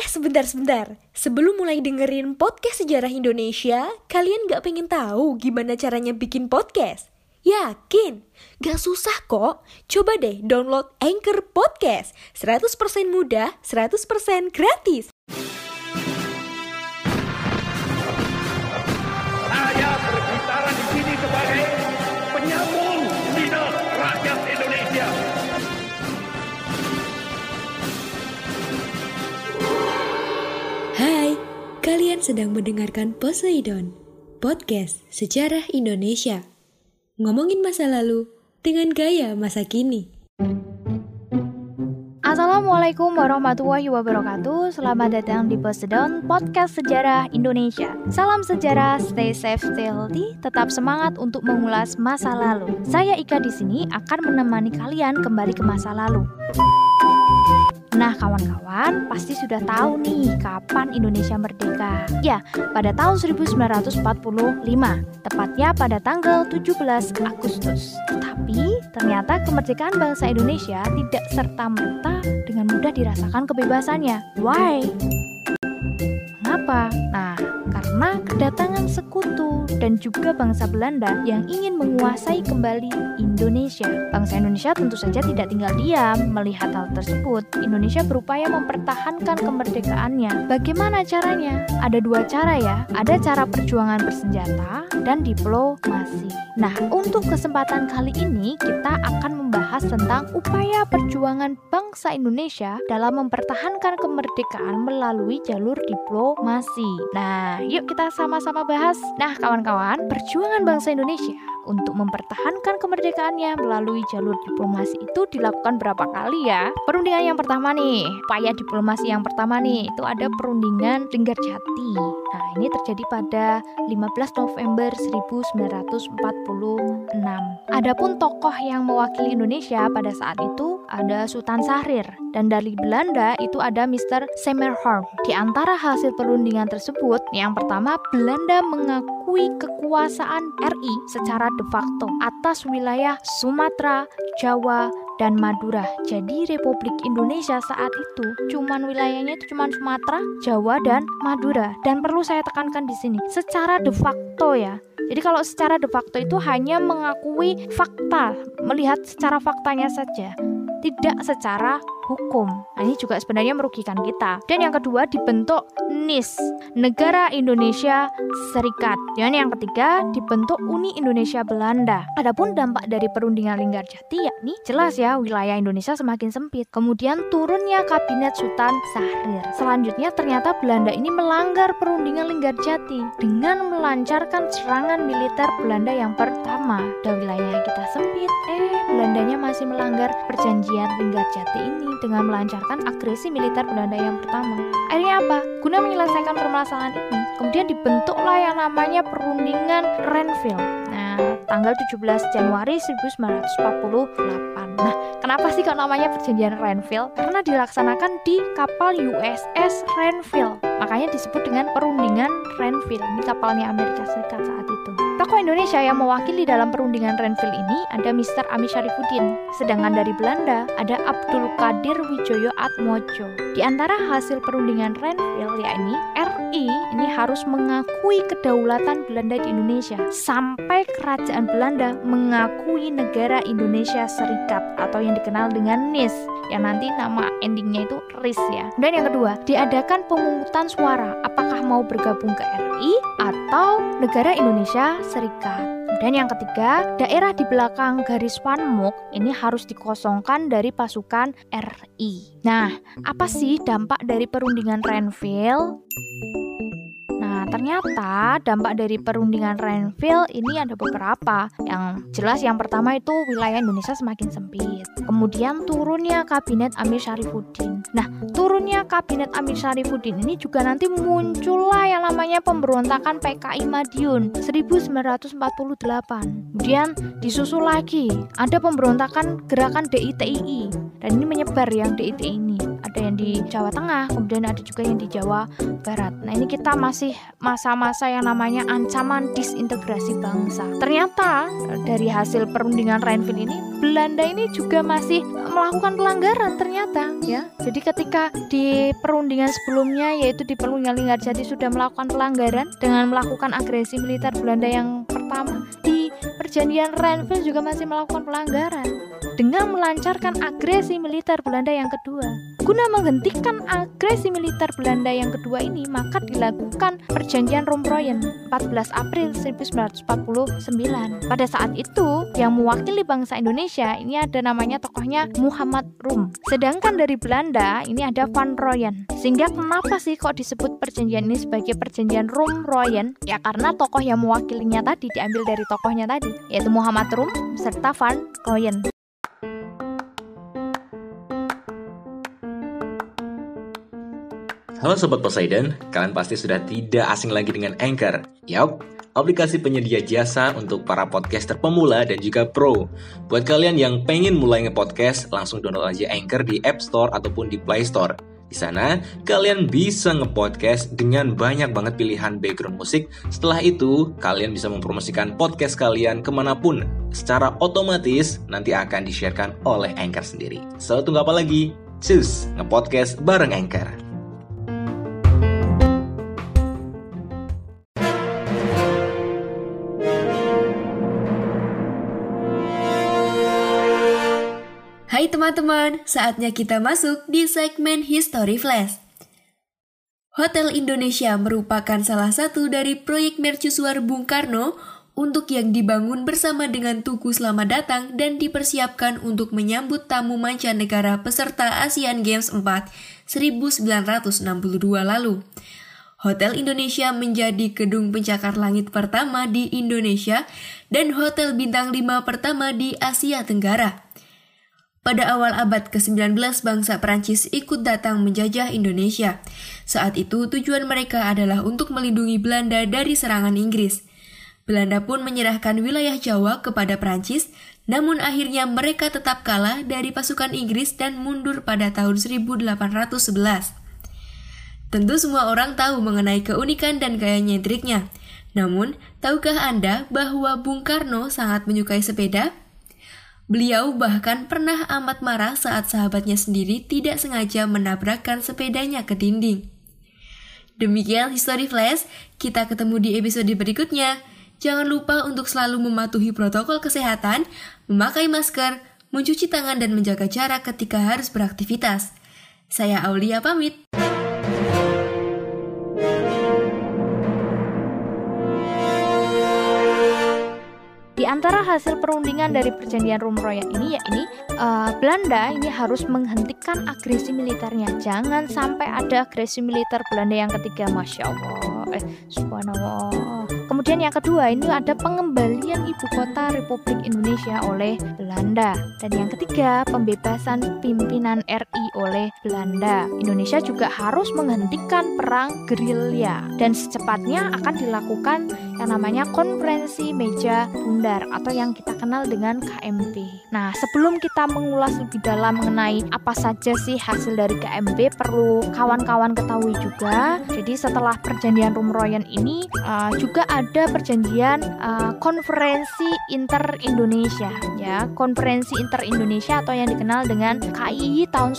Sebentar. Sebelum mulai dengerin podcast sejarah Indonesia, kalian gak pengen tahu gimana caranya bikin podcast? Yakin? Gak susah kok. Coba deh download Anchor Podcast. 100% mudah, 100% gratis. Saya berbicara di sini sebagai penyambung lidah rakyat Indonesia. Hai, kalian sedang mendengarkan Poseidon, podcast sejarah Indonesia. Ngomongin masa lalu dengan gaya masa kini. Assalamualaikum warahmatullahi wabarakatuh. Selamat datang di Poseidon, podcast sejarah Indonesia. Salam sejarah, stay safe, stay healthy, tetap semangat untuk mengulas masa lalu. Saya Ika di sini akan menemani kalian kembali ke masa lalu. Nah kawan-kawan, pasti sudah tahu nih kapan Indonesia merdeka. Ya, pada tahun 1945, tepatnya pada tanggal 17 Agustus. Tapi ternyata kemerdekaan bangsa Indonesia tidak serta-merta dengan mudah dirasakan kebebasannya. Why? Mengapa? Nah, karena kedatangan sekutu dan juga bangsa Belanda yang ingin menguasai kembali Indonesia. Bangsa Indonesia tentu saja tidak tinggal diam melihat hal tersebut. Indonesia berupaya mempertahankan kemerdekaannya. Bagaimana caranya? Ada dua cara ya. Ada cara perjuangan bersenjata dan diplomasi. Nah, untuk kesempatan kali ini kita akan membahas tentang upaya perjuangan bangsa Indonesia dalam mempertahankan kemerdekaan melalui jalur diplomasi. Nah, yuk kita sama-sama bahas. Nah, kawan-kawan, perjuangan bangsa Indonesia untuk mempertahankan kemerdekaannya melalui jalur diplomasi itu dilakukan berapa kali ya? Perundingan yang pertama nih, upaya diplomasi yang pertama nih, itu ada perundingan Linggarjati. Nah, ini terjadi pada 15 November 1946. Adapun tokoh yang mewakili Indonesia pada saat itu ada Sultan Syahrir, dan dari Belanda itu ada Mr. Semmerholm. Di antara hasil perundingan tersebut, yang pertama, Belanda mengakui kekuasaan RI secara de facto atas wilayah Sumatera, Jawa, dan Madura. Jadi Republik Indonesia saat itu wilayahnya itu cuman Sumatera, Jawa, dan Madura. Dan perlu saya tekankan di sini, secara de facto ya. Jadi kalau secara de facto itu hanya mengakui fakta, melihat secara faktanya saja, tidak secara hukum. Nah, ini juga sebenarnya merugikan kita. Dan yang kedua, dibentuk NIS, Negara Indonesia Serikat. Dan yang ketiga, dibentuk Uni Indonesia Belanda. Adapun dampak dari perundingan Linggarjati yakni jelas ya, wilayah Indonesia semakin sempit. Kemudian turunnya kabinet Sultan Syahrir. Selanjutnya ternyata Belanda ini melanggar perundingan Linggarjati dengan melancarkan serangan militer Belanda yang pertama. Dan wilayah kita sempit, Belandanya masih melanggar perjanjian Linggarjati ini dengan melancarkan agresi militer Belanda yang pertama. Akhirnya apa? Guna menyelesaikan permasalahan ini, kemudian dibentuklah yang namanya perundingan Renville. Nah, tanggal 17 Januari 1948. Nah, kenapa sih kok namanya perjanjian Renville? Karena dilaksanakan di kapal USS Renville. Makanya disebut dengan perundingan Renville. Ini kapalnya Amerika Serikat saat itu. Tokoh Indonesia yang mewakili dalam perundingan Renville ini ada Mr. Amir Syarifuddin. Sedangkan dari Belanda ada Abdul Qadir Wijoyo Atmojo. Di antara hasil perundingan Renville yakni RI ini harus mengakui kedaulatan Belanda di Indonesia sampai kerajaan Belanda mengakui negara Indonesia Serikat atau yang dikenal dengan NIS, yang nanti nama endingnya itu RIS ya. Dan yang kedua, diadakan pemungutan suara apakah mau bergabung ke RI atau negara Indonesia Serikat. Dan yang ketiga, daerah di belakang garis Wanmuk ini harus dikosongkan dari pasukan RI. Nah, apa sih dampak dari perundingan Renville? Nah, ternyata dampak dari perundingan Renville ini ada beberapa. Yang jelas yang pertama itu wilayah Indonesia semakin sempit. Kemudian turunnya kabinet Amir Syarifuddin. Nah, turunnya kabinet Amir Syarifuddin ini juga nanti muncullah yang namanya pemberontakan PKI Madiun 1948. Kemudian disusul lagi ada pemberontakan gerakan DITII. Dan ini menyebar yang DITII ini. Ada yang di Jawa Tengah, kemudian ada juga yang di Jawa Barat. Nah, ini kita masih masa-masa yang namanya ancaman disintegrasi bangsa. Ternyata dari hasil perundingan Renville ini Belanda ini juga masih melakukan pelanggaran ternyata ya. Jadi ketika di perundingan sebelumnya, yaitu di Perundingan Linggarjati, sudah melakukan pelanggaran dengan melakukan agresi militer Belanda yang pertama, di Perjanjian Rhineville juga masih melakukan pelanggaran dengan melancarkan agresi militer Belanda yang kedua. Guna menghentikan agresi militer Belanda yang kedua ini, maka dilakukan Perjanjian Romproyen 14 April 1949. Pada saat itu, yang mewakili bangsa Indonesia ini ada namanya tokohnya Muhammad Rum. Sedangkan dari Belanda ini ada Van Rooyen. Sehingga kenapa sih kok disebut perjanjian ini sebagai Perjanjian Romproyen? Ya karena tokoh yang mewakilinya tadi diambil dari tokohnya tadi, yaitu Muhammad Rum serta Van Rooyen. Halo Sobat Poseidon, kalian pasti sudah tidak asing lagi dengan Anchor. Yap, aplikasi penyedia jasa untuk para podcaster pemula dan juga pro. Buat kalian yang pengen mulai nge-podcast, langsung download aja Anchor di App Store ataupun di Play Store. Di sana, kalian bisa nge-podcast dengan banyak banget pilihan background musik. Setelah itu, kalian bisa mempromosikan podcast kalian kemanapun. Secara otomatis, nanti akan di-sharekan oleh Anchor sendiri. So, tunggu apa lagi? Cus, nge-podcast bareng Anchor. Hai teman-teman, saatnya kita masuk di segmen History Flash. Hotel Indonesia merupakan salah satu dari proyek mercusuar Bung Karno untuk yang dibangun bersama dengan Tugu Selamat Datang dan dipersiapkan untuk menyambut tamu mancanegara peserta Asian Games 4 1962 lalu. Hotel Indonesia menjadi gedung pencakar langit pertama di Indonesia dan hotel bintang 5 pertama di Asia Tenggara. Pada awal abad ke-19, bangsa Prancis ikut datang menjajah Indonesia. Saat itu tujuan mereka adalah untuk melindungi Belanda dari serangan Inggris. Belanda pun menyerahkan wilayah Jawa kepada Prancis, namun akhirnya mereka tetap kalah dari pasukan Inggris dan mundur pada tahun 1811. Tentu semua orang tahu mengenai keunikan dan gaya nyetriknya. Namun, tahukah Anda bahwa Bung Karno sangat menyukai sepeda? Beliau bahkan pernah amat marah saat sahabatnya sendiri tidak sengaja menabrakkan sepedanya ke dinding. Demikian History Flash, kita ketemu di episode berikutnya. Jangan lupa untuk selalu mematuhi protokol kesehatan, memakai masker, mencuci tangan dan menjaga jarak ketika harus beraktivitas. Saya Aulia pamit. Di antara hasil perundingan dari Perjanjian Romproyen ini, yakni Belanda ini harus menghentikan agresi militernya. Jangan sampai ada agresi militer Belanda yang ketiga, Masya Allah, subhanallah. Kemudian yang kedua, ini ada pengembalian ibu kota Republik Indonesia oleh Belanda. Dan yang ketiga, pembebasan pimpinan RI oleh Belanda. Indonesia juga harus menghentikan perang gerilya. Dan secepatnya akan dilakukan yang namanya Konferensi Meja Bundar atau yang kita kenal dengan KMP. Nah, sebelum kita mengulas lebih dalam mengenai apa saja sih hasil dari KMP, perlu kawan-kawan ketahui juga. Jadi setelah Perjanjian Romproyen ini juga ada perjanjian Konferensi Inter-Indonesia, ya, Konferensi Inter-Indonesia atau yang dikenal dengan KII tahun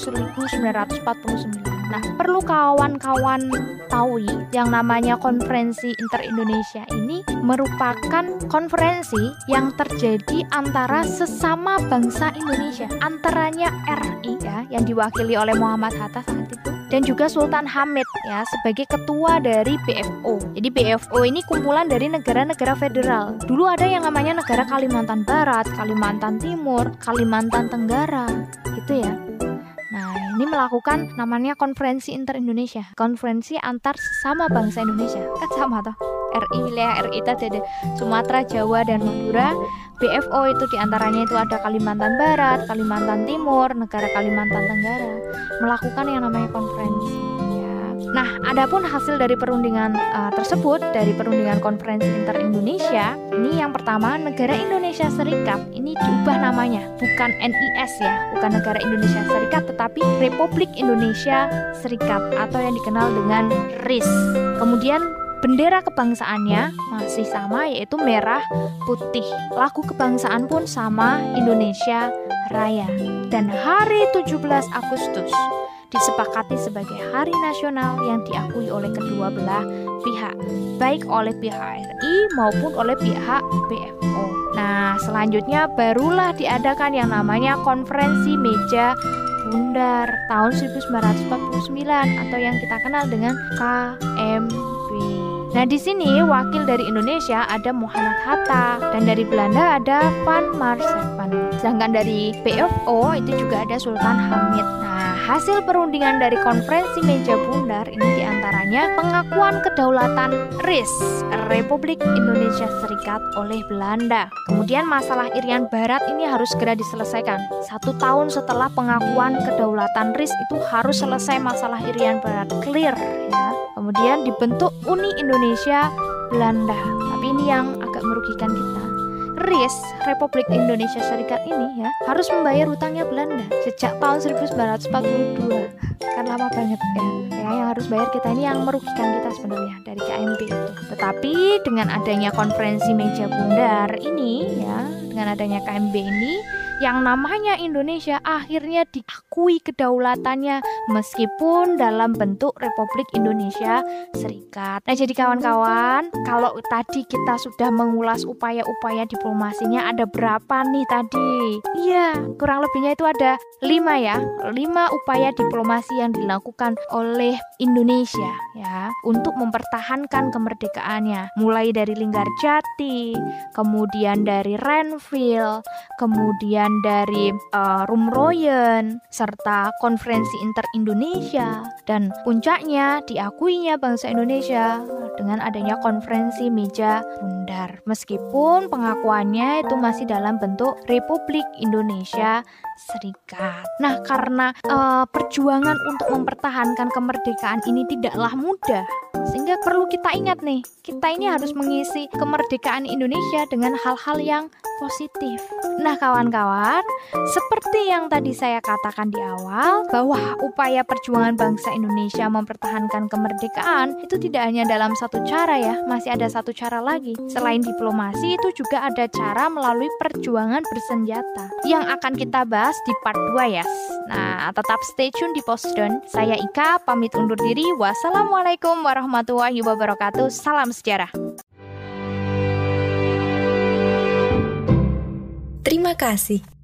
1949. Nah, perlu kawan-kawan tahu yang namanya Konferensi Inter-Indonesia ini merupakan konferensi yang terjadi antara sesama bangsa Indonesia, antaranya RI ya, yang diwakili oleh Muhammad Hatta saat itu, dan juga Sultan Hamid ya sebagai ketua dari BFO. Jadi BFO ini kumpulan dari negara-negara federal. Dulu ada yang namanya negara Kalimantan Barat, Kalimantan Timur, Kalimantan Tenggara, gitu ya. Nah, ini melakukan namanya Konferensi Inter-Indonesia, konferensi antar sesama bangsa Indonesia. Kan sama toh? RI, wilayah RI tadi ada Sumatera, Jawa, dan Madura. BFO itu diantaranya itu ada Kalimantan Barat, Kalimantan Timur, negara Kalimantan Tenggara, melakukan yang namanya konferensi. Ya. Nah, adapun hasil dari perundingan tersebut, dari perundingan Konferensi Inter-Indonesia, ini yang pertama, negara Indonesia Serikat ini diubah namanya, bukan NIS ya, bukan negara Indonesia Serikat, tetapi Republik Indonesia Serikat atau yang dikenal dengan RIS. Kemudian Bendera kebangsaannya masih sama, yaitu merah putih. Lagu kebangsaan pun sama, Indonesia Raya. Dan hari 17 Agustus disepakati sebagai hari nasional yang diakui oleh kedua belah pihak, baik oleh pihak RI maupun oleh pihak BFO. Nah, selanjutnya barulah diadakan yang namanya Konferensi Meja Bundar tahun 1949 atau yang kita kenal dengan KMB. Nah, di sini wakil dari Indonesia ada Muhammad Hatta dan dari Belanda ada Van Maarseveen. Sedangkan dari BFO itu juga ada Sultan Hamid. Nah, hasil perundingan dari Konferensi Meja Bundar ini diantaranya pengakuan kedaulatan RIS, Republik Indonesia Serikat oleh Belanda. Kemudian masalah Irian Barat ini harus segera diselesaikan. 1 tahun setelah pengakuan kedaulatan RIS itu harus selesai masalah Irian Barat, clear ya. Kemudian dibentuk Uni Indonesia Belanda. Tapi ini yang agak merugikan kita. RIS, Republik Indonesia Serikat ini ya harus membayar hutangnya Belanda sejak tahun 1942. Kan lama banget ya. Yang harus bayar kita ini yang merugikan kita sebenarnya dari KMP itu. Tetapi dengan adanya Konferensi Meja Bundar ini ya, dengan adanya KMB ini, yang namanya Indonesia akhirnya diakui kedaulatannya meskipun dalam bentuk Republik Indonesia Serikat. Nah, jadi kawan-kawan, kalau tadi kita sudah mengulas upaya-upaya diplomasinya, ada berapa nih tadi? Iya, kurang lebihnya itu ada 5 ya. 5 upaya diplomasi yang dilakukan oleh Indonesia ya untuk mempertahankan kemerdekaannya. Mulai dari Linggarjati, kemudian dari Renville, kemudian dari Rumroyen, serta Konferensi Inter-Indonesia, dan puncaknya diakuinya bangsa Indonesia dengan adanya Konferensi Meja Bundar. Meskipun pengakuannya itu masih dalam bentuk Republik Indonesia Serikat. Nah, karena perjuangan untuk mempertahankan kemerdekaan ini tidaklah mudah, sehingga perlu kita ingat nih, kita ini harus mengisi kemerdekaan Indonesia dengan hal-hal yang positif. Nah, kawan-kawan, seperti yang tadi saya katakan di awal, bahwa upaya perjuangan bangsa Indonesia mempertahankan kemerdekaan itu tidak hanya dalam satu cara ya, masih ada satu cara lagi. Selain diplomasi, itu juga ada cara melalui perjuangan bersenjata yang akan kita bahas di part 2 ya. Nah, tetap stay tune di Postdon. Saya Ika, pamit undur diri. Wassalamualaikum warahmatullahi wabarakatuh. Salam sejarah. Terima kasih.